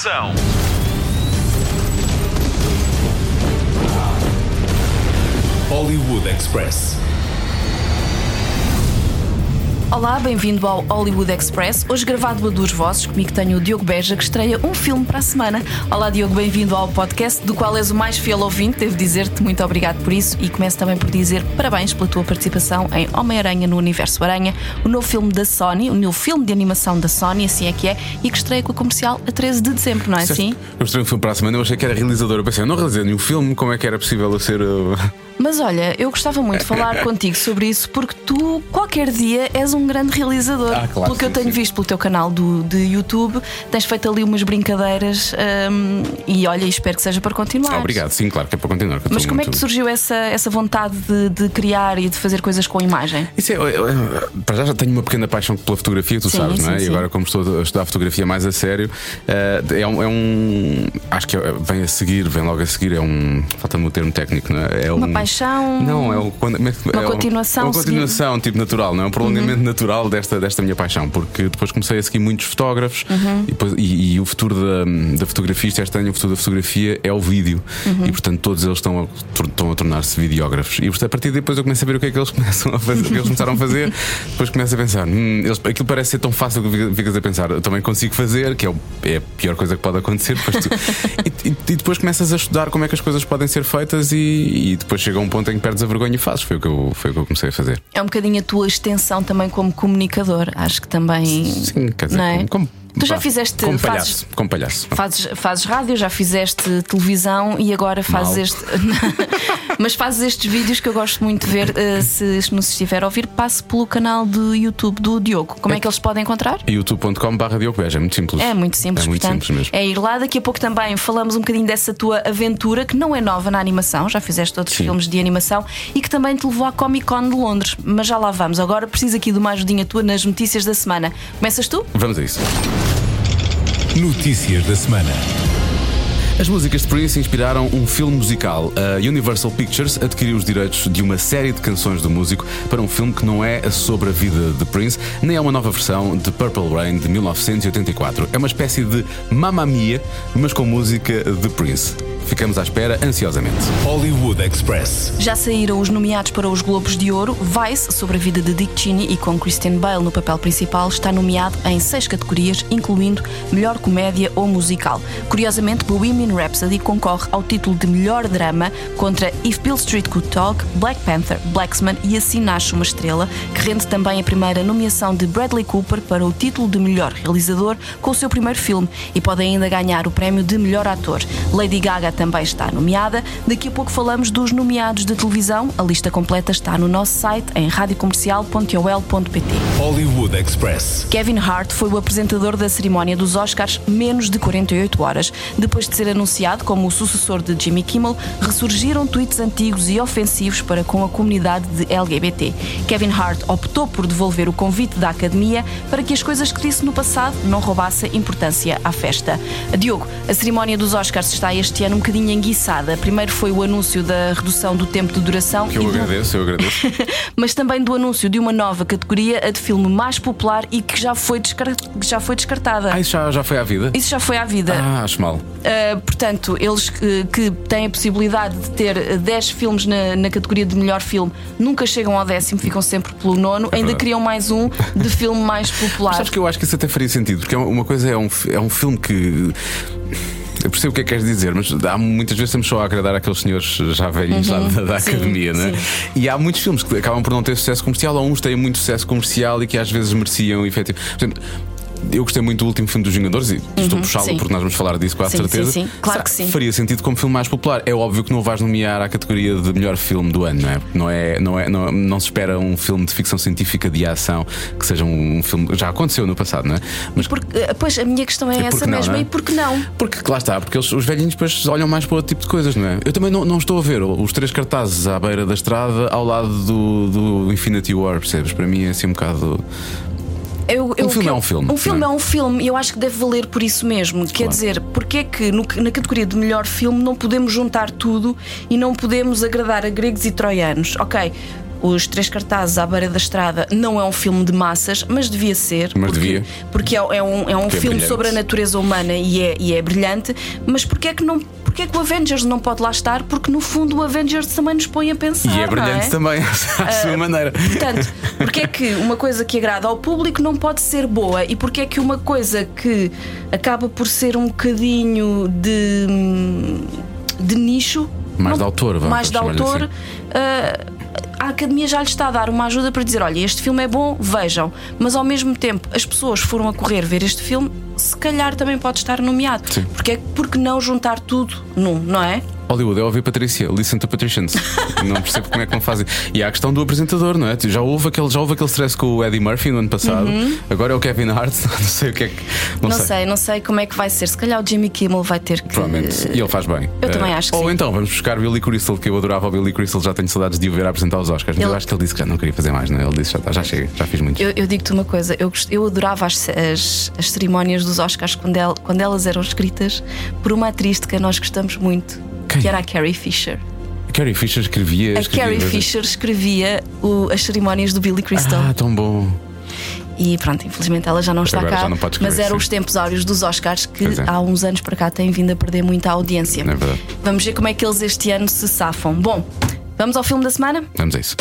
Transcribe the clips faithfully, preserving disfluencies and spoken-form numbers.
Ação! Hollywood Express. Olá, bem-vindo ao Hollywood Express. Hoje gravado a duas vozes, comigo tenho o Diogo Beja, que estreia um filme para a semana. Olá Diogo, bem-vindo ao podcast, do qual és o mais fiel ouvinte. Devo dizer-te muito obrigado por isso. E começo também por dizer parabéns pela tua participação em Homem-Aranha no Universo Aranha, o novo filme da Sony, o novo filme de animação da Sony, assim é que é, e que estreia com a comercial a treze de dezembro, não é assim? Eu estreio um filme para a semana, eu achei que era realizador. Eu pensei, eu não realizei nenhum filme, como é que era possível eu ser... Uh... Mas olha, eu gostava muito de falar contigo sobre isso, porque tu, qualquer dia, és um grande realizador. Ah, claro, pelo que sim, eu tenho sim. visto pelo teu canal do, de YouTube, tens feito ali umas brincadeiras um, e olha, espero que seja para continuar. Ah, obrigado, sim, claro que é para continuar. Que eu Mas estou como muito... é que surgiu essa, essa vontade de, de criar e de fazer coisas com imagem? Isso é, eu, eu, para já já tenho uma pequena paixão pela fotografia, tu Sim, sabes, sim, não é? sim. E agora, como estou a estudar fotografia mais a sério, uh, é, um, é um. Acho que é, vem a seguir, vem logo a seguir, é um. Falta-me o termo técnico, não é? É Uma um, paixão. Não, é o, quando, Uma é continuação, um, Uma continuação, tipo natural, não é? Um prolongamento uhum. natural desta, desta minha paixão, porque depois comecei a seguir muitos fotógrafos uhum. e, depois, e, e o futuro da, da fotografia, isto este ano, o futuro da fotografia é o vídeo uhum. e portanto todos eles estão a, estão a tornar-se videógrafos. E portanto, a partir de depois eu comecei a ver o que é que eles começam a fazer, o que eles começaram a fazer. Depois começo a pensar, hum, eles, aquilo parece ser tão fácil que ficas a pensar, eu também consigo fazer, que é, o, é a pior coisa que pode acontecer. Depois tu, e, e, e depois começas a estudar como é que as coisas podem ser feitas e, e depois chega um ponto em que perdes a vergonha e fazes. Foi o que eu, foi o que eu comecei a fazer. É um bocadinho a tua extensão também como comunicador. Acho que também. Sim, quer dizer, não é? como, como, Tu já pá, fizeste. como Fazes, palhaço, como palhaço. Fazes, fazes rádio, já fizeste televisão e agora fazes Mal. este. Mas fazes estes vídeos que eu gosto muito de ver. Uh, se, se não se estiver a ouvir, passe pelo canal do YouTube do Diogo. Como é, é que eles podem encontrar? youtube ponto com barra Diogo Beja, é muito simples. É muito simples, é muito portanto, simples mesmo. É ir lá. Daqui a pouco também falamos um bocadinho dessa tua aventura, que não é nova na animação, já fizeste outros Sim. filmes de animação e que também te levou à Comic Con de Londres. Mas já lá vamos. Agora preciso aqui de uma ajudinha tua nas notícias da semana. Começas tu? Vamos a isso. Notícias da semana. As músicas de Prince inspiraram um filme musical. A Universal Pictures adquiriu os direitos de uma série de canções do músico para um filme que não é sobre a vida de Prince, nem é uma nova versão de Purple Rain de mil novecentos e oitenta e quatro. É uma espécie de Mamma Mia, mas com música de Prince. Ficamos à espera ansiosamente. Hollywood Express. Já saíram os nomeados para os Globos de Ouro. Vice, sobre a vida de Dick Cheney e com Christian Bale no papel principal, está nomeado em seis categorias, incluindo Melhor Comédia ou Musical. Curiosamente, Bohemian Rhapsody concorre ao título de Melhor Drama contra If Beale Street Could Talk, Black Panther, Blacksman e Assim Nasce Uma Estrela, que rende também a primeira nomeação de Bradley Cooper para o título de Melhor Realizador com o seu primeiro filme e pode ainda ganhar o prémio de Melhor Ator. Lady Gaga também está nomeada. Daqui a pouco falamos dos nomeados de televisão. A lista completa está no nosso site em rádio comercial ponto o l ponto p t. Hollywood Express. Kevin Hart foi o apresentador da cerimónia dos Oscars menos de quarenta e oito horas. Depois de ser anunciado como o sucessor de Jimmy Kimmel, ressurgiram tweets antigos e ofensivos para com a comunidade de L G B T. Kevin Hart optou por devolver o convite da Academia para que as coisas que disse no passado não roubassem importância à festa. Diogo, a cerimónia dos Oscars está este ano um bocadinho enguiçada. Primeiro foi o anúncio da redução do tempo de duração. Que eu e do... agradeço, eu agradeço. Mas também do anúncio de uma nova categoria, a de filme mais popular e que já foi, descar... que já foi descartada. Ah, isso já, já foi à vida? Isso já foi à vida. Ah, acho mal. Uh, portanto, eles que, que têm a possibilidade de ter dez filmes na, na categoria de melhor filme nunca chegam ao décimo, ficam sempre pelo nono. É Ainda verdade. criam mais um de filme mais popular. Mas sabes que eu acho que isso até faria sentido, porque uma coisa é um, é um filme que. Eu percebo o que é que queres dizer, mas há muitas vezes estamos só a agradar aqueles senhores já velhinhos uhum, lá da, da sim, academia, não é? Sim. E há muitos filmes que acabam por não ter sucesso comercial, ou uns têm muito sucesso comercial e que às vezes mereciam efetivamente. Por exemplo, eu gostei muito do último filme dos Vingadores e uhum, estou a puxá-lo sim. porque nós vamos falar disso com a sim, certeza. Sim, sim. Claro que sim. Faria sentido como filme mais popular. É óbvio que não vais nomear a categoria de melhor filme do ano, não é? Não, é, não, é, não, não se espera um filme de ficção científica de ação que seja um filme. Já aconteceu no passado, não é? Mas porque, pois a minha questão é, é essa não, mesmo. não é? E por que não? Porque lá está, porque eles, os velhinhos depois olham mais para outro tipo de coisas, não é? Eu também não, não estou a ver os três cartazes à beira da estrada ao lado do, do Infinity War, percebes? Para mim é assim um bocado. Eu, eu, um filme eu, é um filme. Um filme não é? é um filme e eu acho que deve valer por isso mesmo. Claro. Quer dizer, porque é que no, na categoria de melhor filme não podemos juntar tudo e não podemos agradar a gregos e troianos? Ok, Os Três Cartazes à Beira da Estrada não é um filme de massas, mas devia ser. Mas porque, devia. Porque é, é um, é um Porque é filme brilhante. sobre a natureza humana e é, e é brilhante. Mas porquê é que não. Porquê é que o Avengers não pode lá estar? Porque no fundo o Avengers também nos põe a pensar. E é brilhante não é? também, à sua Uh, maneira. Portanto, porque é que uma coisa que agrada ao público não pode ser boa? E porque é que uma coisa que acaba por ser um bocadinho de, de nicho, Mais não- de autor, vamos mais de chamar-lhe autor, assim. uh, a Academia já lhe está a dar uma ajuda para dizer: olha, este filme é bom, vejam. Mas ao mesmo tempo as pessoas foram a correr ver este filme, se calhar também pode estar nomeado. Sim. Porque é porque não juntar tudo num, não é? Hollywood, eu ouvi Patrícia, listen to Patricians. Não percebo como é que não fazem. E há a questão do apresentador, não é? Já houve aquele, já houve aquele stress com o Eddie Murphy no ano passado. Uhum. Agora é o Kevin Hart. Não sei o que é que. Não, Não sei. não sei como é que vai ser. Se calhar o Jimmy Kimmel vai ter que. Provavelmente. E ele faz bem. Eu Eh, também acho que Ou sim. então vamos buscar Billy Crystal, que eu adorava o Billy Crystal, já tenho saudades de o ver a apresentar os Oscars. Mas Ele- eu acho que ele disse que já não queria fazer mais, não é? Ele disse: já, tá, já chega, já fiz muito. Eu, eu digo-te uma coisa, eu, gost- eu adorava as, as, as cerimónias dos Oscars quando, el- quando elas eram escritas por uma atriz de quem nós gostamos muito, Quem? que era a Carrie Fisher. A Carrie Fisher escrevia. A escrevia Carrie vezes- Fisher escrevia o- as cerimónias do Billy Crystal. Ah, tão bom. E pronto, infelizmente ela já não está Agora cá. já não pode escrever, mas eram sim. os tempos áureos dos Oscars que Pois é. há uns anos para cá têm vindo a perder muita audiência. É verdade. Vamos ver como é que eles este ano se safam. Bom, vamos ao filme da semana? Vamos a isso.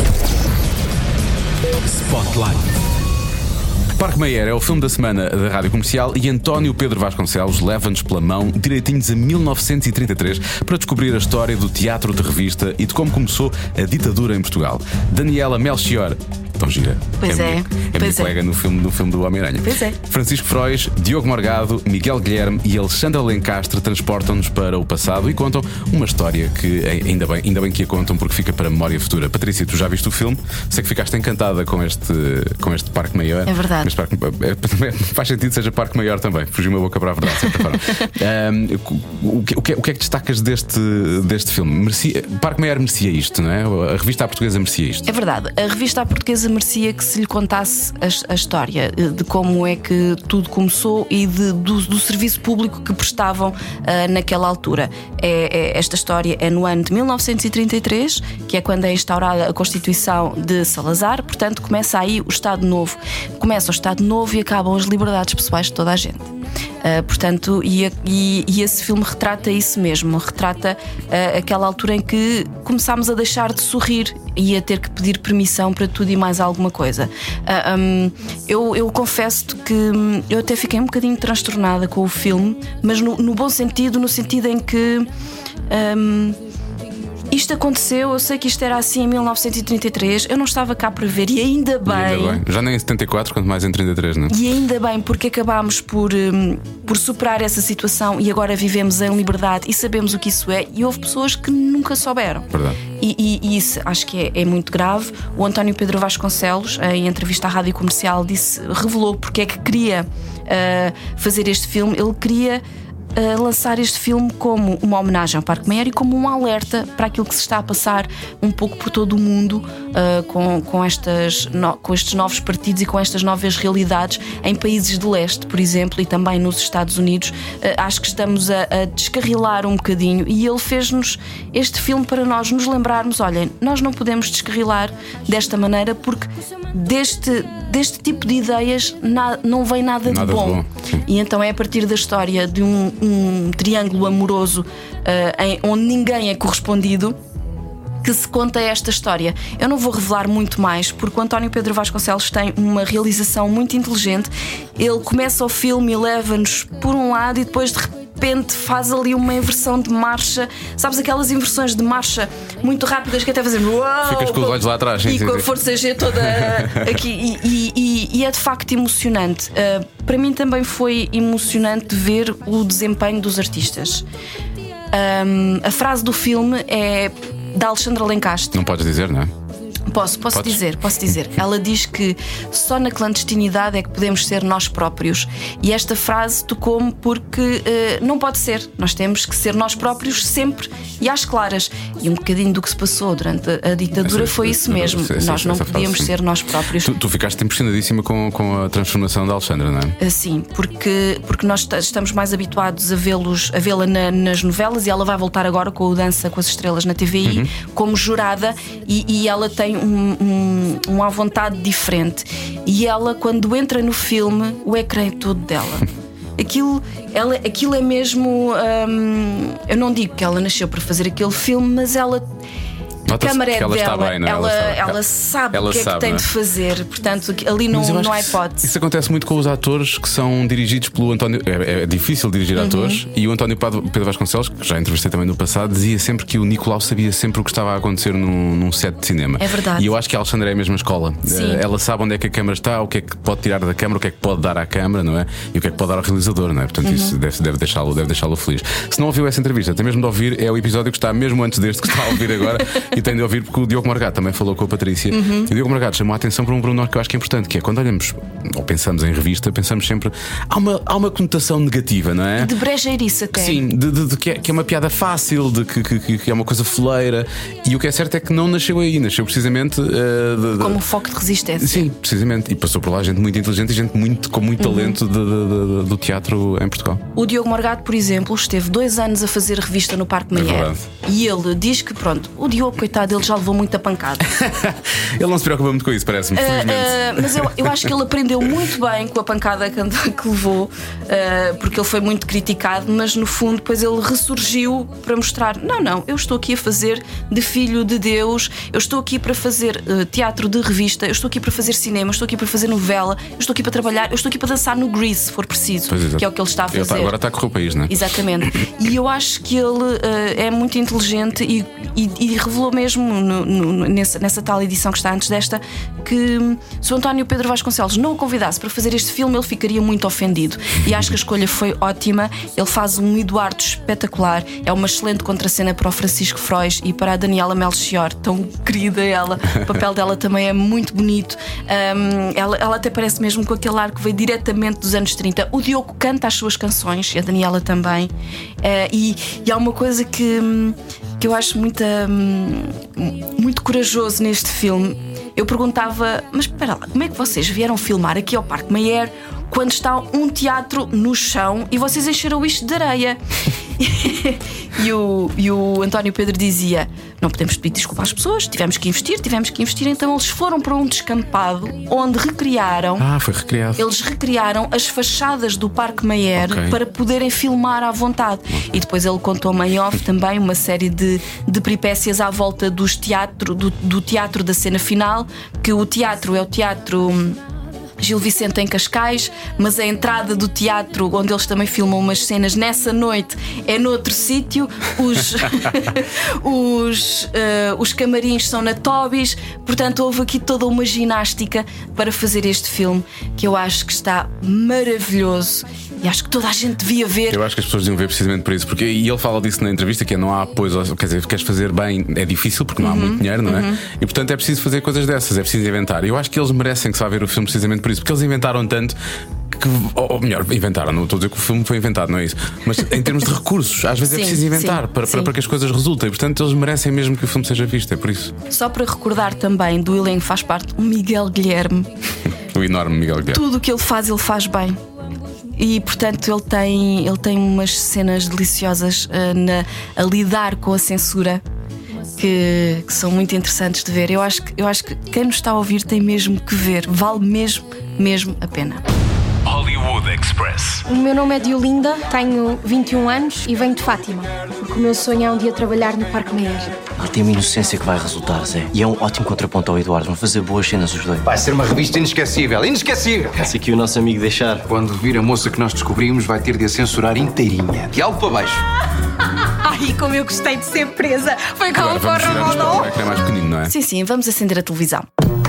Spotlight. Parque Mayer é o filme da semana da Rádio Comercial e António Pedro Vasconcelos leva-nos pela mão direitinhos a mil novecentos e trinta e três para descobrir a história do teatro de revista e de como começou a ditadura em Portugal. Daniela Melchior, tão gira. Pois é. é, minha, é pois minha é. colega no filme, no filme do Homem-Aranha. Pois é. Francisco Frois, Diogo Morgado, Miguel Guilherme e Alexandra Lencastre transportam-nos para o passado e contam uma história que ainda bem, ainda bem que a contam porque fica para a memória futura. Patrícia, tu já viste o filme? Sei que ficaste encantada com este, com este Parque Mayer. É verdade. Este parque, é, faz sentido que seja Parque Maior também. Fugiu uma boca para a verdade, de certa forma. Um, o, que, o, que, o que é que destacas deste, deste filme? Merecia, Parque Maior merecia isto, não é? A revista à portuguesa merecia isto. É verdade, a revista à portuguesa merecia que se lhe contasse a, a história de como é que tudo começou e de, do, do serviço público que prestavam uh, naquela altura. É, é, esta história é no ano de mil novecentos e trinta e três, que é quando é instaurada a Constituição de Salazar, portanto começa aí o Estado Novo. Começa o Estado Novo e acabam as liberdades pessoais de toda a gente. Uh, portanto, e, a, e, e esse filme retrata isso mesmo, retrata uh, aquela altura em que começámos a deixar de sorrir e a ter que pedir permissão para tudo e mais alguma coisa. Uh, um, eu, eu confesso-te que hum, eu até fiquei um bocadinho transtornada com o filme, mas no, no bom sentido, no sentido em que um, isto aconteceu, eu sei que isto era assim em mil novecentos e trinta e três, eu não estava cá para ver e ainda bem. E ainda bem. Já nem em setenta e quatro, quanto mais em trinta e três, não é? E ainda bem, porque acabámos por, hum, por superar essa situação e agora vivemos em liberdade e sabemos o que isso é. E houve pessoas que nunca souberam. Verdade. E, e- e isso acho que é, é muito grave. O António Pedro Vasconcelos, em entrevista à Rádio Comercial, disse, revelou porque é que queria ah, fazer este filme. Ele queria a lançar este filme como uma homenagem ao Parque Mayer e como um alerta para aquilo que se está a passar um pouco por todo o mundo uh, com, com, estas no, com estes novos partidos e com estas novas realidades em países de leste, por exemplo, e também nos Estados Unidos. Uh, acho que estamos a, a descarrilar um bocadinho e ele fez-nos este filme para nós nos lembrarmos, olhem, nós não podemos descarrilar desta maneira porque deste, deste tipo de ideias na, não vem nada, Nada de bom, de bom, sim. E então é a partir da história de um, um triângulo amoroso uh, em, onde ninguém é correspondido que se conta esta história. Eu não vou revelar muito mais porque o António Pedro Vasconcelos tem uma realização muito inteligente. Ele começa o filme e leva-nos por um lado e depois de repente faz ali uma inversão de marcha. Sabes aquelas inversões de marcha muito rápidas que até fazem uau, Ficas com os olhos lá atrás, sim, e sim, com a sim. força G toda aqui e, e- e- e é de facto emocionante. Uh, para mim também foi emocionante ver o desempenho dos artistas. Um, a frase do filme é da Alexandra Lencastre. Não podes dizer, não é? Posso, posso Podes? dizer, posso dizer. Ela diz que só na clandestinidade é que podemos ser nós próprios. E esta frase tocou-me porque eh, não pode ser. Nós temos que ser nós próprios sempre e às claras. E um bocadinho do que se passou durante a ditadura Essa- foi isso mesmo. essa- essa- Nós não essa frase, podíamos sim. ser nós próprios. Tu, tu ficaste impressionadíssima com, com a transformação da Alexandra, não é? Sim, porque, porque nós t- estamos mais habituados a vê-los, a vê-la na- nas novelas e ela vai voltar agora com o Dança com as Estrelas na T V I como jurada e, e ela tem tem um, um, um à vontade diferente. E ela, quando entra no filme, o ecrã é todo dela. Aquilo, ela, aquilo é mesmo. Hum, eu não digo que ela nasceu para fazer aquele filme, mas ela. A câmara é ela dela, está bem, não é? ela, ela, está... ela sabe ela o que é sabe, que tem não é? de fazer, portanto ali não, não há hipótese. Isso, isso acontece muito com os atores que são dirigidos pelo António. É, é difícil dirigir uhum. atores, e o António Pedro Vasconcelos, que já entrevistei também no passado, dizia sempre que o Nicolau sabia sempre o que estava a acontecer num, num set de cinema. É verdade. E eu acho que a Alexandra é a mesma escola. Sim. Ela sabe onde é que a câmara está, o que é que pode tirar da câmara, o que é que pode dar à câmara, não é? E o que é que pode dar ao realizador, não é? Portanto, uhum. isso deve, deve deixá-lo deve deixá-lo feliz. Se não ouviu essa entrevista, tem mesmo de ouvir. É o episódio que está mesmo antes deste que está a ouvir agora, e tem de ouvir porque o Diogo Morgado também falou com a Patrícia. Uhum. E o Diogo Morgado chamou a atenção para um pormenor que eu acho que é importante, que é quando olhamos ou pensamos em revista, pensamos sempre há uma, há uma conotação negativa, não é? De brejeirice até. Sim, de, de, de que, é, que é uma piada fácil, de que, que, que é uma coisa foleira. E o que é certo é que não nasceu aí, nasceu precisamente uh, de, de... como um foco de resistência. Sim, precisamente. E passou por lá gente muito inteligente e gente muito, com muito uhum. talento de, de, de, do teatro em Portugal. O Diogo Morgado, por exemplo, esteve dois anos a fazer revista no Parque Mayer. É e ele diz que, pronto, o Diogo, coitado, ele já levou muita pancada. Ele não se preocupa muito com isso, parece-me, uh, felizmente. Uh, mas eu, eu acho que ele aprendeu muito bem com a pancada que, que levou, uh, porque ele foi muito criticado, mas no fundo depois ele ressurgiu para mostrar: não, não, eu estou aqui a fazer de filho de Deus, eu estou aqui para fazer uh, teatro de revista, eu estou aqui para fazer cinema, eu estou aqui para fazer novela, eu estou aqui para trabalhar, eu estou aqui para dançar no Grease, se for preciso, que é o que ele está a fazer. Ele está, agora está a correr o país, não é? Exatamente. E eu acho que ele uh, é muito inteligente e, e, e revelou mesmo no, no, nessa, nessa tal edição que está antes desta, que se o António Pedro Vasconcelos não o convidasse para fazer este filme, ele ficaria muito ofendido. E acho que a escolha foi ótima. Ele faz um Eduardo espetacular, é uma excelente contracena para o Francisco Frois e para a Daniela Melchior, tão querida ela. O papel dela também é muito bonito. Um, ela, ela até parece mesmo com aquele ar que veio diretamente dos anos trinta. O Diogo canta as suas canções, e a Daniela também. Uh, e, e há uma coisa que, que eu acho muito, um, muito corajoso neste filme. Eu perguntava: mas espera lá, como é que vocês vieram filmar aqui ao Parque Mayer quando está um teatro no chão e vocês encheram isto de areia? e, o, e o António Pedro dizia: não podemos pedir desculpa às pessoas, tivemos que investir, tivemos que investir. Então eles foram para um descampado onde recriaram. Ah, foi recriado. Eles recriaram as fachadas do Parque Mayer, okay, para poderem filmar à vontade. Okay. E depois ele contou-me em off também uma série de, de peripécias à volta dos teatro, do, do teatro da cena final. Que o teatro é o teatro Gil Vicente em Cascais, mas a entrada do teatro onde eles também filmam umas cenas nessa noite é noutro sítio. Os, os, uh, os camarins são na Tobis. Portanto, houve aqui toda uma ginástica para fazer este filme, que eu acho que está maravilhoso. E acho que toda a gente devia ver. Eu acho que as pessoas deviam ver precisamente por isso, porque, e ele fala disso na entrevista, que é, não há apoio, quer dizer, queres fazer bem, é difícil porque não há uhum, muito dinheiro, não é? Uhum. E portanto é preciso fazer coisas dessas, é preciso inventar. E eu acho que eles merecem que se vá ver o filme precisamente por isso, porque eles inventaram tanto que, ou melhor, inventaram, não estou a dizer que o filme foi inventado, não é isso, mas em termos de recursos, às vezes sim, é preciso inventar sim, para, para, para que as coisas resultem. E portanto eles merecem mesmo que o filme seja visto, é por isso. Só para recordar também, do elenco faz parte o Miguel Guilherme. O enorme Miguel Guilherme. Tudo o que ele faz, ele faz bem. E portanto ele tem, ele tem umas cenas deliciosas uh, na, a lidar com a censura que, que são muito interessantes de ver. Eu acho, que, eu acho que quem nos está a ouvir tem mesmo que ver. Vale mesmo, mesmo a pena. Hollywood Express. O meu nome é Diolinda, tenho vinte e um anos e venho de Fátima, porque o meu sonho é um dia trabalhar no Parque Mayer. Ele tem uma inocência que vai resultar, Zé. E é um ótimo contraponto ao Eduardo. Vão fazer boas cenas os dois. Vai ser uma revista inesquecível, inesquecível. Se aqui o nosso amigo deixar. Quando vir a moça que nós descobrimos, vai ter de a censurar inteirinha. De algo para baixo. Ai, como eu gostei de ser presa. Foi com o Corramolão. É mais pequenino, não é? Sim, sim, vamos acender a televisão.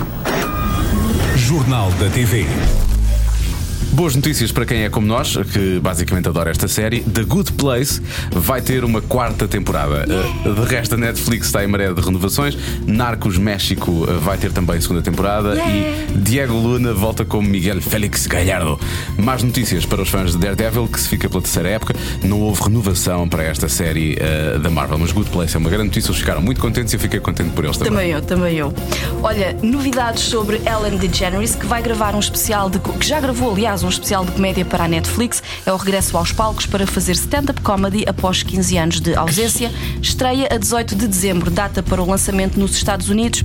Jornal da T V. Boas notícias para quem é como nós, que basicamente adora esta série. The Good Place vai ter uma quarta temporada. Yeah. De resto, a Netflix está em maré de renovações. Narcos México vai ter também segunda temporada. Yeah. E Diego Luna volta como Miguel Félix Gallardo. Más notícias para os fãs de Daredevil, que se fica pela terceira época. Não houve renovação para esta série uh, da Marvel, mas Good Place é uma grande notícia. Eles ficaram muito contentes e eu fiquei contente por eles também. Também eu, também eu. Olha, novidades sobre Ellen DeGeneres, que vai gravar um especial de, que já gravou, aliás, um especial de comédia para a Netflix. É o regresso aos palcos para fazer stand-up comedy após quinze anos de ausência. Estreia a dezoito de dezembro, data para o lançamento nos Estados Unidos. Hum,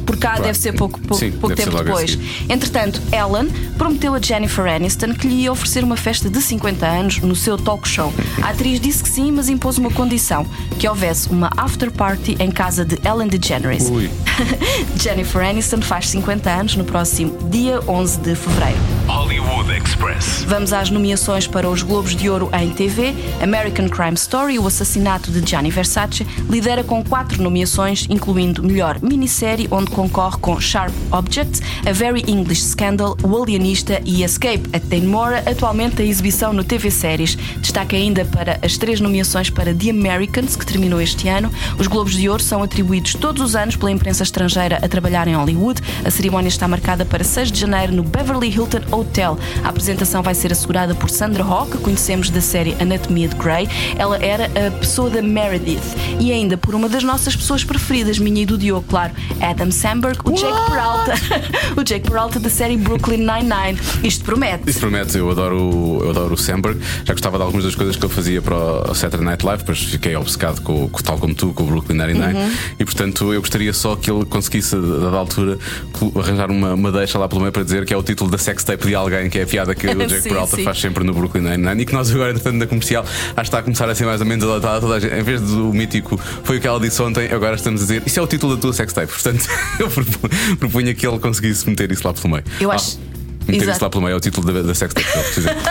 por cá Claro. deve ser pouco, pouco, Sim, pouco deve tempo ser logo a depois. seguir. Entretanto, Ellen prometeu a Jennifer Aniston que lhe ia oferecer uma festa de cinquenta anos no seu talk show. A atriz disse que sim, mas impôs uma condição: que houvesse uma after party em casa de Ellen DeGeneres. Ui. Jennifer Aniston faz cinquenta anos no próximo dia onze de fevereiro. Hollywood Express. Vamos às nomeações para os Globos de Ouro em T V. American Crime Story, o assassinato de Gianni Versace, lidera com quatro nomeações, incluindo melhor minissérie, onde concorre com Sharp Objects, A Very English Scandal, O Alienista e Escape at Dannemora, atualmente a exibição no T V Séries. Destaca ainda para as três nomeações para The Americans, que terminou este ano. Os Globos de Ouro são atribuídos todos os anos pela imprensa estrangeira a trabalhar em Hollywood. A cerimónia está marcada para seis de janeiro no Beverly Hilton Hotel. A apresentação vai ser assegurada por Sandra Oh, que conhecemos da série Anatomia de Grey. Ela era a pessoa da Meredith. E ainda por uma das nossas pessoas preferidas, minha e do Diogo, claro, Adam Samberg, o Jake Peralta. O Jake Peralta da série Brooklyn Nine-Nine. Isto promete. Isso promete, eu adoro, eu adoro o Samberg. Já gostava de algumas das coisas que ele fazia para o Saturday Night Live, depois fiquei obcecado com, com tal como tu, com o Brooklyn Nine-Nine. Uhum. E portanto eu gostaria só que ele conseguisse, a dada altura, arranjar uma, uma deixa lá pelo meio para dizer que é o título da sextape de alguém, que é a piada que o Jake Sim, Peralta sim. faz sempre no Brooklyn Nine-Nine. E que nós agora, entretanto, na comercial, acho que está a começar a ser mais ou menos adotada toda a gente. Em vez do mítico foi o que ela disse ontem, agora estamos a dizer isso é o título da tua sextape. Portanto, eu propunha que ele conseguisse meter isso lá pelo meio. Eu acho. Ah, meter Exato. isso lá pelo meio é o título da, da sextape que eu preciso dizer.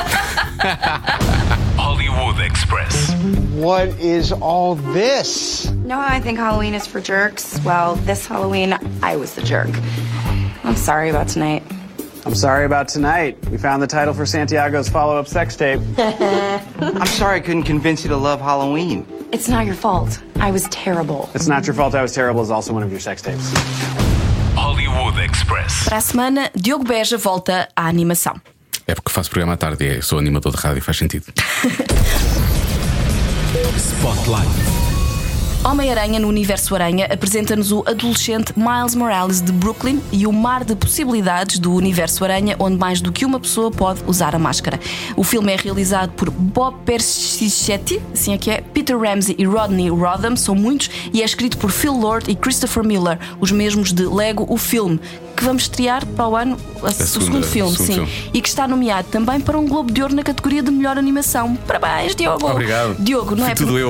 Hollywood Express. What is all this? You know how I think Halloween is for jerks? Well, this Halloween, I was the jerk. I'm sorry about tonight. I'm sorry about tonight. We found the title for Santiago's follow-up sex tape. I'm sorry I couldn't convince you to love Halloween. It's not your fault. I was terrible. It's Not Your Fault I Was Terrible is also one of your sex tapes. Hollywood Express. Para a semana, Diogo Beja volta à animação. É porque faço programa à tarde e sou animador de rádio, faz sentido. Spotlight. Homem-Aranha no Universo Aranha apresenta-nos o adolescente Miles Morales de Brooklyn e o mar de possibilidades do Universo Aranha, onde mais do que uma pessoa pode usar a máscara. O filme é realizado por Bob Persichetti, assim é que é, Peter Ramsey e Rodney Rodham, são muitos, e é escrito por Phil Lord e Christopher Miller, os mesmos de Lego, o filme, que vamos estrear para o ano, a, o segunda- segundo filme, segundo sim, filme. e que está nomeado também para um Globo de Ouro na categoria de melhor animação. Parabéns, Diogo! Obrigado. Diogo, não Fui é tudo por- eu.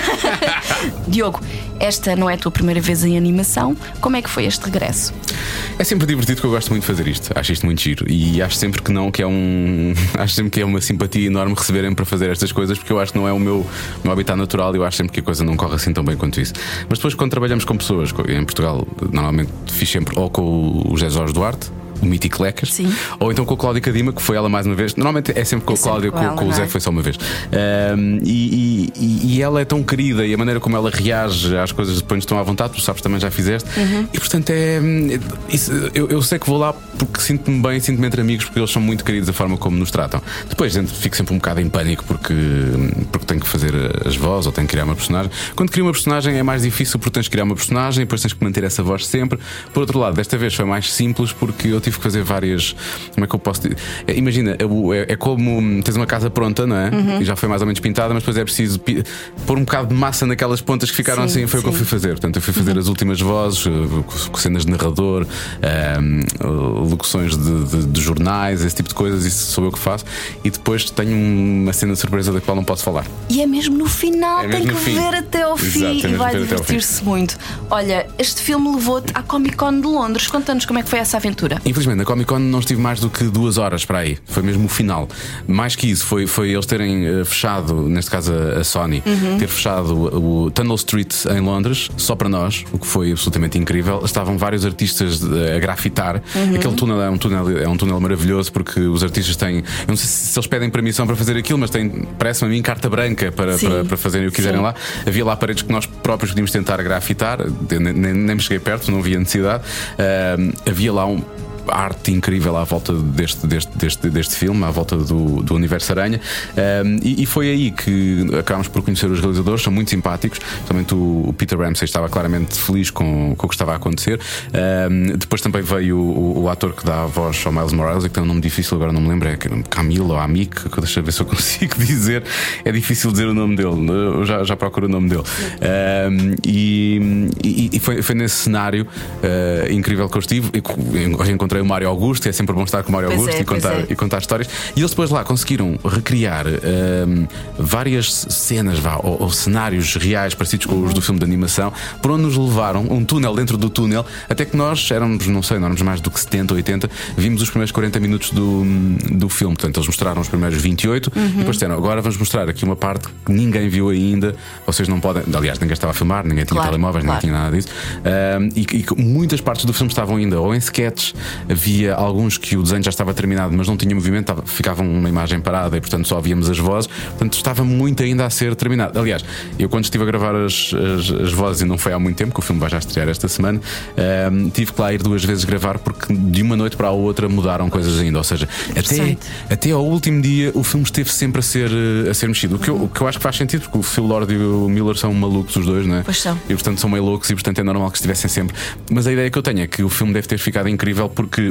Diogo, esta não é a tua primeira vez em animação. Como é que foi este regresso? É sempre divertido, que eu gosto muito de fazer isto. Acho isto muito giro. E acho sempre que não, que é um. Acho sempre que é uma simpatia enorme receberem para fazer estas coisas, porque eu acho que não é o meu, meu habitat natural e eu acho sempre que a coisa não corre assim tão bem quanto isso. Mas depois, quando trabalhamos com pessoas, em Portugal, normalmente fiz sempre ou com o José Jorge Duarte, o mítico Lecas, Sim. ou então com a Cláudia Cadima, que foi ela mais uma vez. Normalmente é sempre com É a sempre Cláudia, com com, ela, com o não Zé é? foi só uma vez. Um, e, e, e ela é tão querida e a maneira como ela reage às coisas depois estão à vontade, tu sabes, também já fizeste. Uhum. E portanto é. Isso, eu, eu sei que vou lá porque sinto-me bem, sinto-me entre amigos, porque eles são muito queridos a forma como nos tratam. Depois gente, fico sempre um bocado em pânico porque, porque tenho que fazer as vozes ou tenho que criar uma personagem. Quando crio uma personagem é mais difícil porque tens que criar uma personagem e depois tens que manter essa voz sempre. Por outro lado, desta vez foi mais simples porque eu tive que fazer várias. Como é que eu posso dizer? É, imagina, é, é como tens uma casa pronta, não é? Uhum. E já foi mais ou menos pintada, mas depois é preciso pi- pôr um bocado de massa naquelas pontas que ficaram Sim, assim. Foi o que eu sim. fui fazer. Portanto, eu fui fazer as últimas vozes, uh, com cenas de narrador, um, uh, locuções de, de, de jornais, esse tipo de coisas. Isso sou eu que faço. E depois tenho uma cena de surpresa da qual não posso falar. E é mesmo no final, É tem mesmo que no fim. ver até ao Exato, fim é e mesmo vai ver até ao fim. divertir-se muito. Olha, este filme levou-te à Comic Con de Londres. Conta-nos como é que foi essa aventura. Infelizmente, na Comic Con não estive mais do que duas horas para aí. Foi mesmo o final. Mais que isso, foi, foi eles terem uh, fechado, neste caso a, a Sony, Uhum. ter fechado o, o Tunnel Street em Londres, só para nós, o que foi absolutamente incrível. Estavam vários artistas uh, a grafitar. Uhum. Aquele túnel é um túnel, é um túnel maravilhoso porque os artistas têm. Eu não sei se, se eles pedem permissão para fazer aquilo, mas têm, parece-me a mim, carta branca para, Sim. para, para fazerem o que quiserem Sim. lá. Havia lá paredes que nós próprios podíamos tentar grafitar. Eu nem, nem, nem me cheguei perto, não havia necessidade. Uh, havia lá um. arte incrível à volta deste, deste, deste, deste filme, à volta do, do Universo Aranha. Um, e, e foi aí que acabámos por conhecer os realizadores, são muito simpáticos. Também o, o Peter Ramsey estava claramente feliz com, com o que estava a acontecer. Um, depois também veio o, o ator que dá a voz ao Miles Morales, que tem um nome difícil, agora não me lembro, é Camilo ou Amic, que deixa eu ver se eu consigo dizer. É difícil dizer o nome dele, eu já, já procuro o nome dele. Um, e e, e foi, foi nesse cenário uh, incrível que eu estive. Reencontrei o Mário Augusto, que é sempre bom estar com o Mário pois Augusto é, e, contar, é. e contar histórias. E eles depois lá conseguiram recriar um, várias cenas vá, ou, ou cenários reais parecidos com os do filme de animação, por onde nos levaram um túnel dentro do túnel, até que nós éramos, não sei, não éramos mais do que setenta, oitenta, vimos os primeiros quarenta minutos do, do filme. Portanto, eles mostraram os primeiros vinte e oito uhum. e depois disseram: agora vamos mostrar aqui uma parte que ninguém viu ainda, vocês não podem. Aliás, ninguém estava a filmar, ninguém tinha claro, telemóveis, claro. ninguém tinha nada disso. Um, e, e muitas partes do filme estavam ainda ou em sketches, havia alguns que o desenho já estava terminado, mas não tinha movimento, estava, ficava uma imagem parada e, portanto, só víamos as vozes. Portanto, estava muito ainda a ser terminado. Aliás, eu quando estive a gravar as, as, as vozes, e não foi há muito tempo, que o filme vai já estrear esta semana, um, tive que lá ir duas vezes gravar, porque de uma noite para a outra mudaram coisas ainda. Ou seja, até, até ao último dia o filme esteve sempre a ser, a ser mexido. O que, eu, o que eu acho que faz sentido, porque o Phil Lord e o Miller são malucos os dois, não é? Pois são. E portanto são meio loucos e portanto é normal que estivessem sempre. Mas a ideia que eu tenho é que o filme deve ter ficado incrível porque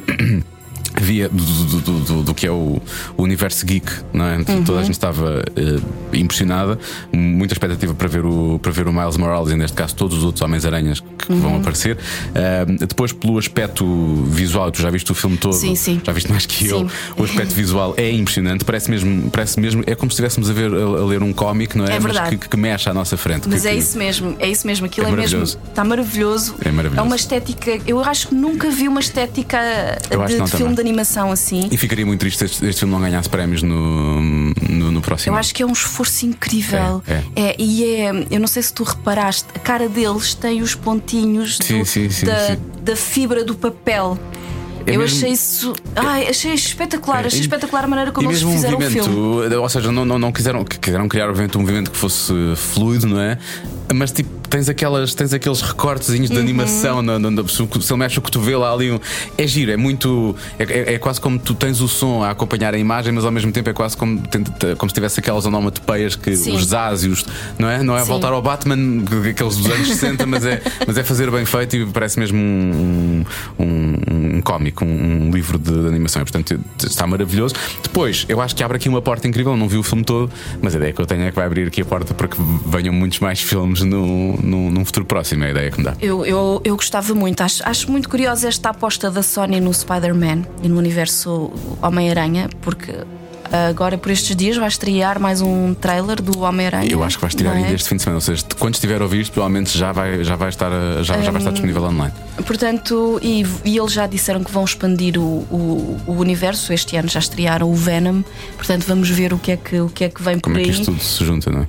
havia do, do, do, do, do que é o, o universo geek, não é? Uhum. Toda a gente estava uh, impressionada, muita expectativa para ver, o, para ver o Miles Morales e, neste caso, todos os outros Homens-Aranhas que uhum. vão aparecer. Uh, depois, pelo aspecto visual, tu já viste o filme todo, sim, sim. já viste mais que eu. Sim. O aspecto visual é impressionante, parece mesmo, parece mesmo, é como se estivéssemos a, ver, a, a ler um cómic, não é? É verdade. Mas que, que mexe à nossa frente. Mas que, é que... isso mesmo, é isso mesmo. Aquilo é é mesmo. Está maravilhoso. É maravilhoso. É uma estética. Eu acho que nunca vi uma estética de, de filme também. de animação assim. E ficaria muito triste se este, este filme não ganhasse prémios no, no, no próximo. Eu acho que é um esforço incrível. É, é. É, e é, eu não sei se tu reparaste, a cara deles tem os pontinhos sim, do, sim, sim, da, sim. da fibra do papel. É eu mesmo... achei isso. Ai, achei espetacular, é, achei e, espetacular a maneira como eles fizeram o filme. Ou seja, não, não, não quiseram, quiseram criar obviamente um movimento que fosse fluido, não é? Mas tipo, tens, aquelas, tens aqueles recortezinhos de uhum. animação no, no, no, se ele mexe o cotovelo, há ali um. É giro, é muito. É, é, é quase como tu tens o som a acompanhar a imagem, mas ao mesmo tempo é quase como, como se tivesse aquelas onomatopeias que Sim. os zás e os. Não é? Não é Sim. voltar ao Batman, aqueles dos anos sessenta, mas é, mas é fazer bem feito e parece mesmo um, um, um cómic, um, um livro de, de animação. E, portanto, está maravilhoso. Depois, eu acho que abre aqui uma porta incrível. Não vi o filme todo, mas a ideia que eu tenho é que vai abrir aqui a porta para que venham muitos mais filmes no, no, num futuro próximo. É a ideia que me dá. Eu, eu, eu gostava muito. Acho, acho muito curiosa esta aposta da Sony no Spider-Man e no universo Homem-Aranha, porque agora por estes dias vai estrear mais um trailer do Homem-Aranha. Eu acho que vai estrear ainda é? este fim de semana. Ou seja, quando estiver a ouvir isto, provavelmente já vai, já vai, estar, já, já vai estar disponível online. Portanto, e, e eles já disseram que vão expandir o, o, o universo. Este ano já estrearam o Venom. Portanto, vamos ver o que é que, o que, é que vem por Como aí. Como é que isto tudo se junta, não é?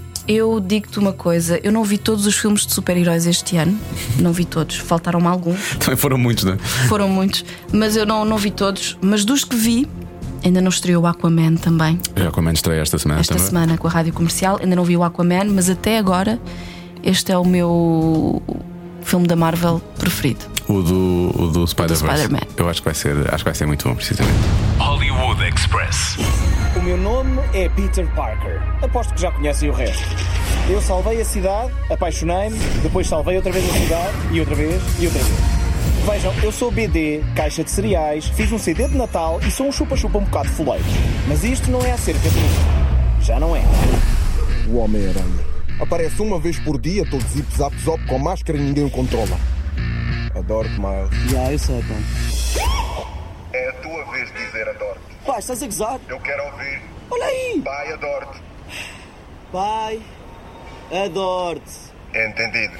Eu digo-te uma coisa, eu não vi todos os filmes de super-heróis este ano. Não vi todos, faltaram-me alguns. Também foram muitos, não é? Foram muitos, mas eu não, não vi todos. Mas dos que vi, ainda não estreou o Aquaman também. O Aquaman estreia esta semana Esta também. semana com a Rádio Comercial. Ainda não vi o Aquaman, mas até agora este é o meu filme da Marvel preferido. O do, o do Spider-Verse. Spider-Man. Eu acho que vai ser, acho que vai ser muito bom, precisamente. Hollywood Express. O meu nome é Peter Parker. Aposto que já conhecem o resto. Eu salvei a cidade, apaixonei-me, depois salvei outra vez a cidade, e outra vez, e outra vez. Vejam, eu sou B D, caixa de cereais, fiz um C D de Natal e sou um chupa-chupa um bocado foleiro. Mas isto não é acerca de mim. Já não é. O Homem-Aranha. Aparece uma vez por dia, todo zip-zap-zop com máscara e ninguém o controla. Adoro-te, Miles. Já, eu sei, pá. É a tua vez de dizer adoro-te. Pai, estás a gozar? Eu quero ouvir. Olha aí! Pai, adoro-te. Pai, adoro-te. Entendido.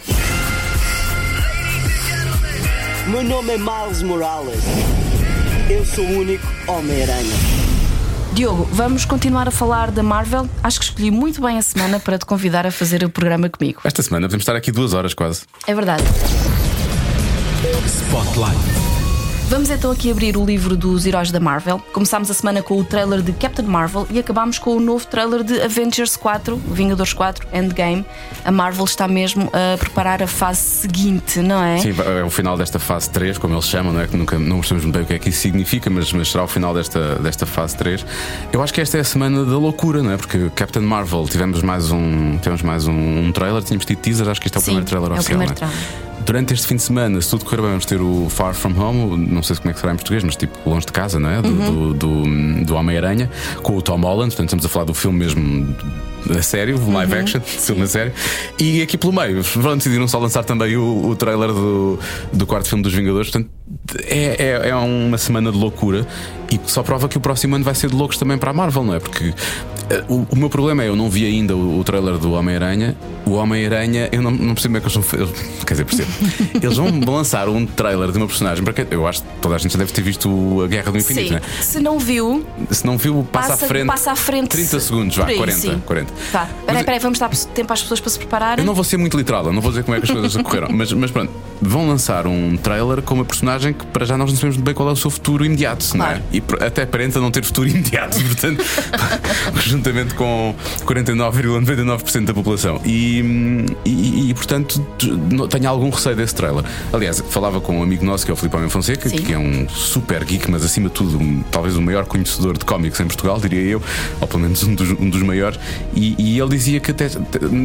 O meu nome é Miles Morales. Eu sou o único Homem-Aranha. Diogo, vamos continuar a falar da Marvel. Acho que escolhi muito bem a semana para te convidar a fazer o programa comigo. Esta semana podemos estar aqui duas horas quase. É verdade. Spotlight. Vamos então aqui abrir o livro dos heróis da Marvel. Começámos a semana com o trailer de Captain Marvel e acabámos com o novo trailer de Avengers quatro, Vingadores quatro, Endgame. A Marvel está mesmo a preparar a fase seguinte, não é? Sim, é o final desta fase três, como eles chamam, não é? Que nunca não percebemos muito bem o que é que isso significa, mas, mas será o final desta, desta fase três. Eu acho que esta é a semana da loucura, não é? Porque Captain Marvel, tivemos mais um, tivemos mais um, um trailer, tínhamos tido teaser, acho que este é o Sim, primeiro trailer é o oficial. primeiro não é? trailer. Durante este fim de semana, se tudo correr bem, vamos ter o Far From Home, não sei como é que será em português, mas tipo longe de casa, não é? Do, Uhum. do, do, do Homem-Aranha, com o Tom Holland, portanto estamos a falar do filme mesmo a sério, live Uhum. action, filme a sério. E aqui pelo meio, vão decidiram só lançar também o, o trailer do, do quarto filme dos Vingadores, portanto é, é, é uma semana de loucura e só prova que o próximo ano vai ser de loucos também para a Marvel, não é? Porque o, o meu problema é eu não vi ainda o, o trailer do Homem-Aranha. O Homem-Aranha, eu não, não percebo como é que eles vão. Eles, quer dizer, percebo. Eles vão lançar um trailer de uma personagem, porque eu acho que toda a gente já deve ter visto a Guerra do Infinito, Sim. não é? Se não viu, Se não viu, passa, passa, à frente. passa à frente trinta segundos, vá, por aí, quarenta, sim. quarenta. Tá. Peraí, peraí, vamos dar tempo às pessoas para se prepararem. Eu não vou ser muito literal, eu não vou dizer como é que as coisas ocorreram, mas, mas pronto, vão lançar um trailer com uma personagem que para já nós não sabemos muito bem qual é o seu futuro imediato, Claro. não é? E por- até aparenta não ter futuro imediato, portanto, juntamente com quarenta e nove vírgula noventa e nove por cento da população. E, e, e, portanto, t- tenho algum receio desse trailer. Aliás, falava com um amigo nosso que é o Filipe Homem Fonseca, Sim. que é um super geek, mas acima de tudo, um- talvez o maior conhecedor de cómics em Portugal, diria eu, ou pelo menos um dos, um dos maiores, e, e ele dizia que até.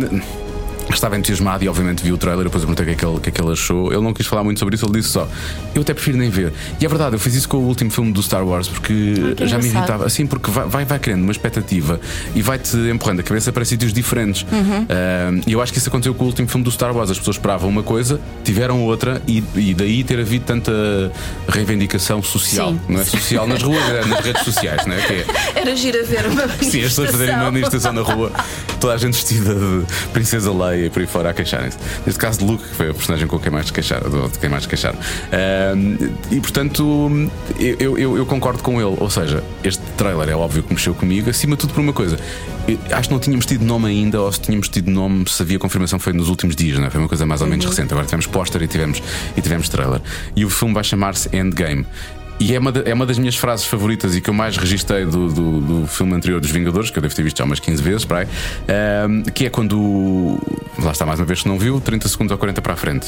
Estava entusiasmado e obviamente viu o trailer. Depois eu perguntei o que é que ele, o que é que ele achou. Ele não quis falar muito sobre isso, ele disse só: eu até prefiro nem ver. E é verdade, eu fiz isso com o último filme do Star Wars porque Ah, que já me engraçado. irritava. Assim, porque vai, vai, vai criando uma expectativa e vai-te empurrando a cabeça para sítios diferentes. Uhum. Ah, E eu acho que isso aconteceu com o último filme do Star Wars. As pessoas esperavam uma coisa, tiveram outra, e, e daí ter havido tanta reivindicação social. Sim. Não é social nas ruas, é nas redes sociais, não é? Que é Era giro a ver uma Sim, as pessoas fazerem uma manifestação na rua, toda a gente vestida de Princesa Leia e por aí fora a queixarem-se. Neste caso de Luke, que foi a personagem com quem mais se queixaram, de quem mais se queixaram. Ahm, E portanto, eu, eu, eu concordo com ele. Ou seja, este trailer é óbvio que mexeu comigo, acima de tudo por uma coisa. Eu acho que não tínhamos tido nome ainda, ou se tínhamos tido nome, se havia confirmação, foi nos últimos dias, não é? Foi uma coisa mais ou menos Uhum. recente. Agora tivemos póster e tivemos, e tivemos trailer. E o filme vai chamar-se Endgame. E é uma, de- é uma das minhas frases favoritas e que eu mais registrei do, do, do filme anterior dos Vingadores, que eu devo ter visto já umas quinze vezes, para aí, ahm, que é quando o- lá está mais uma vez, se não viu, trinta segundos ou quarenta para a frente.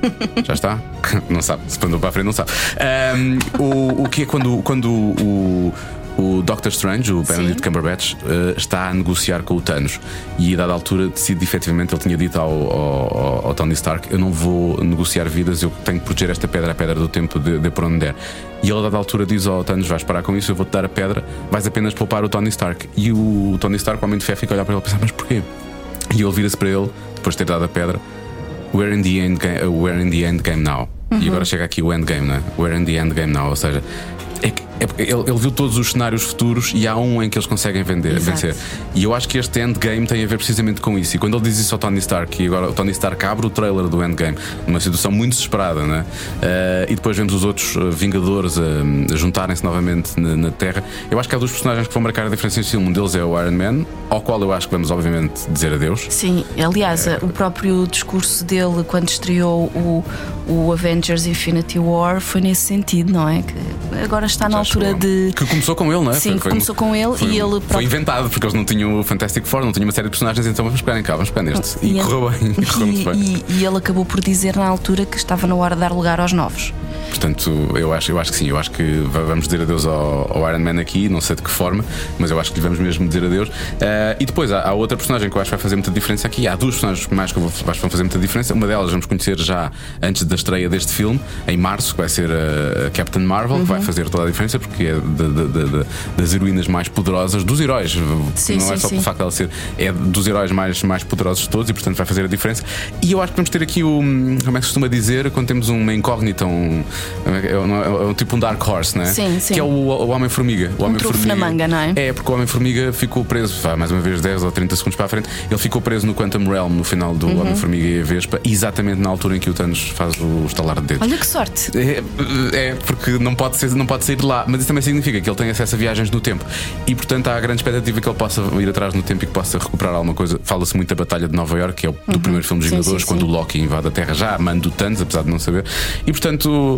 Já está? Não sabe, se andou para a frente não sabe. Ahm, o, o que é quando, quando o, o Doctor Strange, o Benedict Cumberbatch, eh, está a negociar com o Thanos e a dada altura decide efetivamente, ele tinha dito ao, ao, ao Tony Stark: eu não vou negociar vidas, eu tenho que proteger esta pedra, a pedra do tempo de, de por onde der. E ele a dada altura diz ao Thanos: vais parar com isso, eu vou-te dar a pedra, vais apenas poupar o Tony Stark. E o Tony Stark, o homem de fé, fica a olhar para ele e pensar: mas porquê? E ele vira-se para ele, depois de ter dado a pedra: we're in the endgame, uh, we're in the endgame now. Uhum. E agora chega aqui o endgame, não é? We're in the endgame now, ou seja, é que- é porque ele, ele viu todos os cenários futuros e há um em que eles conseguem vender, Exato. vencer. E eu acho que este endgame tem a ver precisamente com isso. E quando ele diz isso ao Tony Stark, e agora o Tony Stark abre o trailer do endgame numa situação muito desesperada, né? Uh, e depois vemos os outros uh, Vingadores uh, a juntarem-se novamente na, na Terra. Eu acho que há dois personagens que vão marcar a diferença neste filme. Um deles é o Iron Man, ao qual eu acho que vamos obviamente dizer adeus. Sim, aliás, o próprio discurso dele quando estreou o, o Avengers Infinity War foi nesse sentido, não é? Que agora está na Já altura chegou. de. Que começou com ele, não é? Sim, Foi- foi- começou com ele foi- e ele Foi próprio- inventado porque eles não tinham o Fantastic Four, não tinham uma série de personagens, então vamos pegar em cá, vamos pegar neste. E, E- correu bem, e correu muito bem. E, e ele acabou por dizer na altura que estava na hora de dar lugar aos novos. Portanto, eu acho, eu acho que sim, eu acho que va- vamos dizer adeus ao, ao Iron Man aqui, não sei de que forma, mas eu acho que lhe vamos mesmo dizer adeus. Eh, e depois há, há outra personagem que eu acho que vai fazer muita diferença aqui. Há duas personagens mais que eu vou- acho que vão fazer muita diferença. Uma delas vamos conhecer já antes da estreia deste filme, em março, que vai ser a Captain Marvel, que vai fazer toda a diferença porque é de- de- de- de- das heroínas mais poderosas, dos heróis, Sim, não é sim, só sim. pelo facto de ela ser, é dos heróis mais, mais poderosos de todos e portanto vai fazer a diferença. E eu acho que vamos ter aqui o, como é que se costuma dizer, quando temos uma incógnita, um, é, um, é um tipo um Dark Horse, não é? Sim, sim. Que é o, o Homem-Formiga. O Um trunfo na manga, não é? É, porque o Homem-Formiga ficou preso, vá, mais uma vez dez ou trinta segundos para a frente, ele ficou preso no Quantum Realm no final do Uhum. Homem-Formiga e a Vespa, exatamente na altura em que o Thanos faz o estalar de dedos. Olha que sorte! É, é, porque não pode, ser, não pode sair de lá, mas isso também significa que ele tem acesso a viagens no tempo e, portanto, há a grande expectativa que ele possa ir atrás no tempo e que possa recuperar alguma coisa. Fala-se muito da Batalha de Nova Iorque, que é o do Uhum. primeiro filme dos Sim, Vingadores, sim, quando sim. o Loki invade a Terra, já a mando do Thanos, apesar de não saber. E, portanto,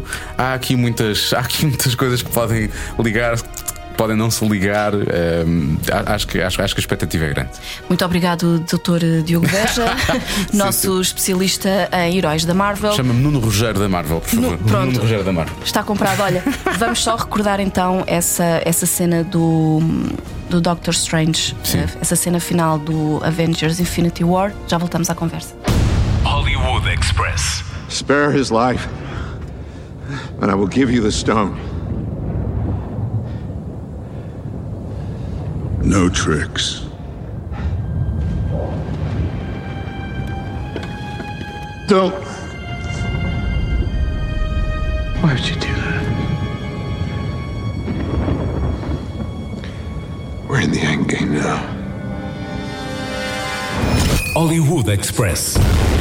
portanto há aqui muitas, há aqui muitas coisas que podem ligar, podem não se ligar. um, acho, que, acho, acho que a expectativa é grande. Muito obrigado, doutor Diogo Beja, nosso sim, especialista em heróis da Marvel. Chama-me Nuno Rogério da Marvel, por favor. No, pronto, Nuno Rogério da Marvel. Está comprado. Olha, vamos só recordar então essa, essa cena do, do Doctor Strange, sim, essa cena final do Avengers Infinity War. Já voltamos à conversa. Hollywood Express. Spare his life, and I will give you the stone. No tricks. Don't. Why would you do that? We're in the end game now. Hollywood Express.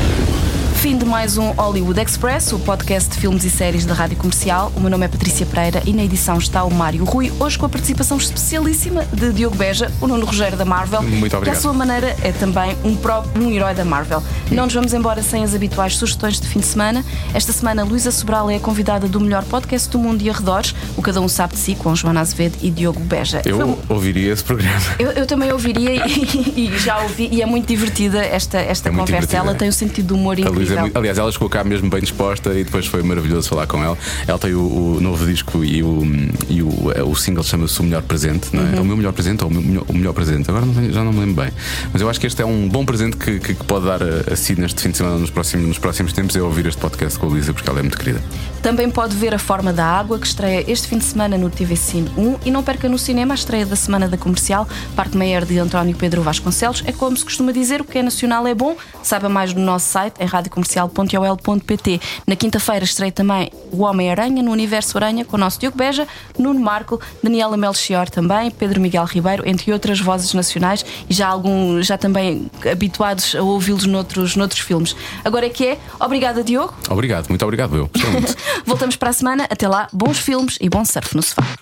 Fim de mais um Hollywood Express, o podcast de filmes e séries da Rádio Comercial. O meu nome é Patrícia Pereira e na edição está o Mário Rui, hoje com a participação especialíssima de Diogo Beja, o Nuno Rogério da Marvel. Muito obrigado. Que à sua maneira é também um, próprio, um herói da Marvel. Não nos vamos embora sem as habituais sugestões de fim de semana. Esta semana Luísa Sobral é a convidada do melhor podcast do mundo e arredores, o Cada Um Sabe de Si, com Joana Azevedo e Diogo Beja. Eu um... ouviria esse programa. Eu, eu também ouviria e, e já ouvi, e é muito divertida esta, esta é conversa. Divertida. Ela tem um sentido de humor incrível. É muito... Aliás, ela chegou cá mesmo bem disposta e depois foi maravilhoso falar com ela. Ela tem o, o novo disco e o, e o, o single chama-se O Melhor Presente, não é? Uhum. É o meu melhor presente ou o, meu, o melhor presente? Agora não tenho, já não me lembro bem. Mas eu acho que este é um bom presente que, que, que pode dar a, a si neste fim de semana, nos próximos, nos próximos tempos, é ouvir este podcast com a Luísa, porque ela é muito querida. Também pode ver A Forma da Água, que estreia este fim de semana no T V Cine um, e não perca no cinema a estreia da semana da Comercial, Parque Meyer de António Pedro Vasconcelos. É como se costuma dizer, o que é nacional é bom. Saiba mais no nosso site em rádio comercial ponto ol ponto pt. Na quinta-feira estreia também O Homem-Aranha no Universo Aranha, com o nosso Diogo Beja, Nuno Marco, Daniela Melchior também, Pedro Miguel Ribeiro, entre outras vozes nacionais, e já, algum, já também habituados a ouvi-los noutros, noutros filmes. Agora é que é. Obrigada, Diogo. Obrigado, muito obrigado eu. Voltamos para a semana. Até lá, bons filmes e bom surf no sofá.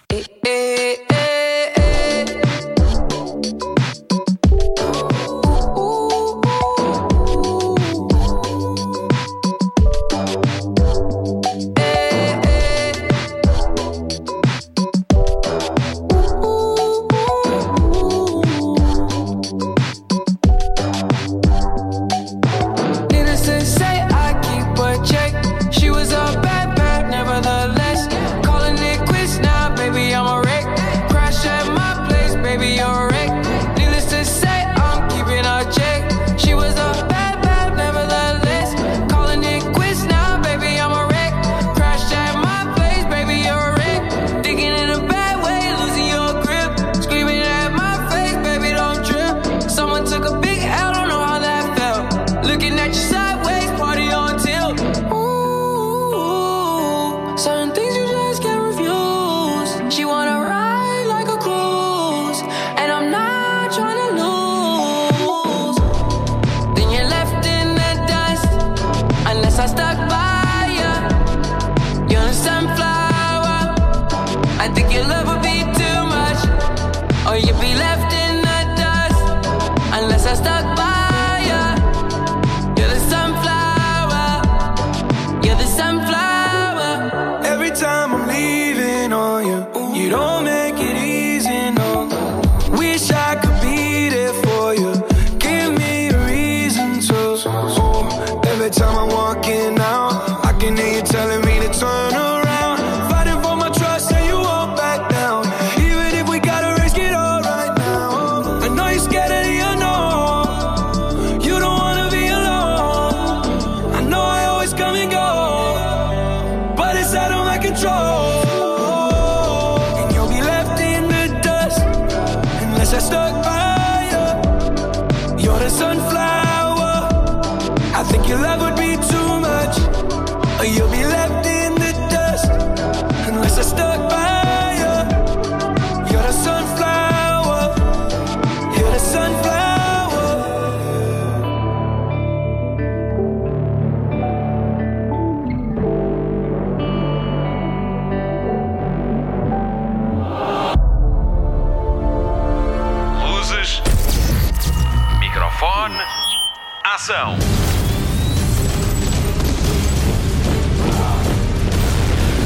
Ação!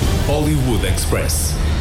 Hollywood Express.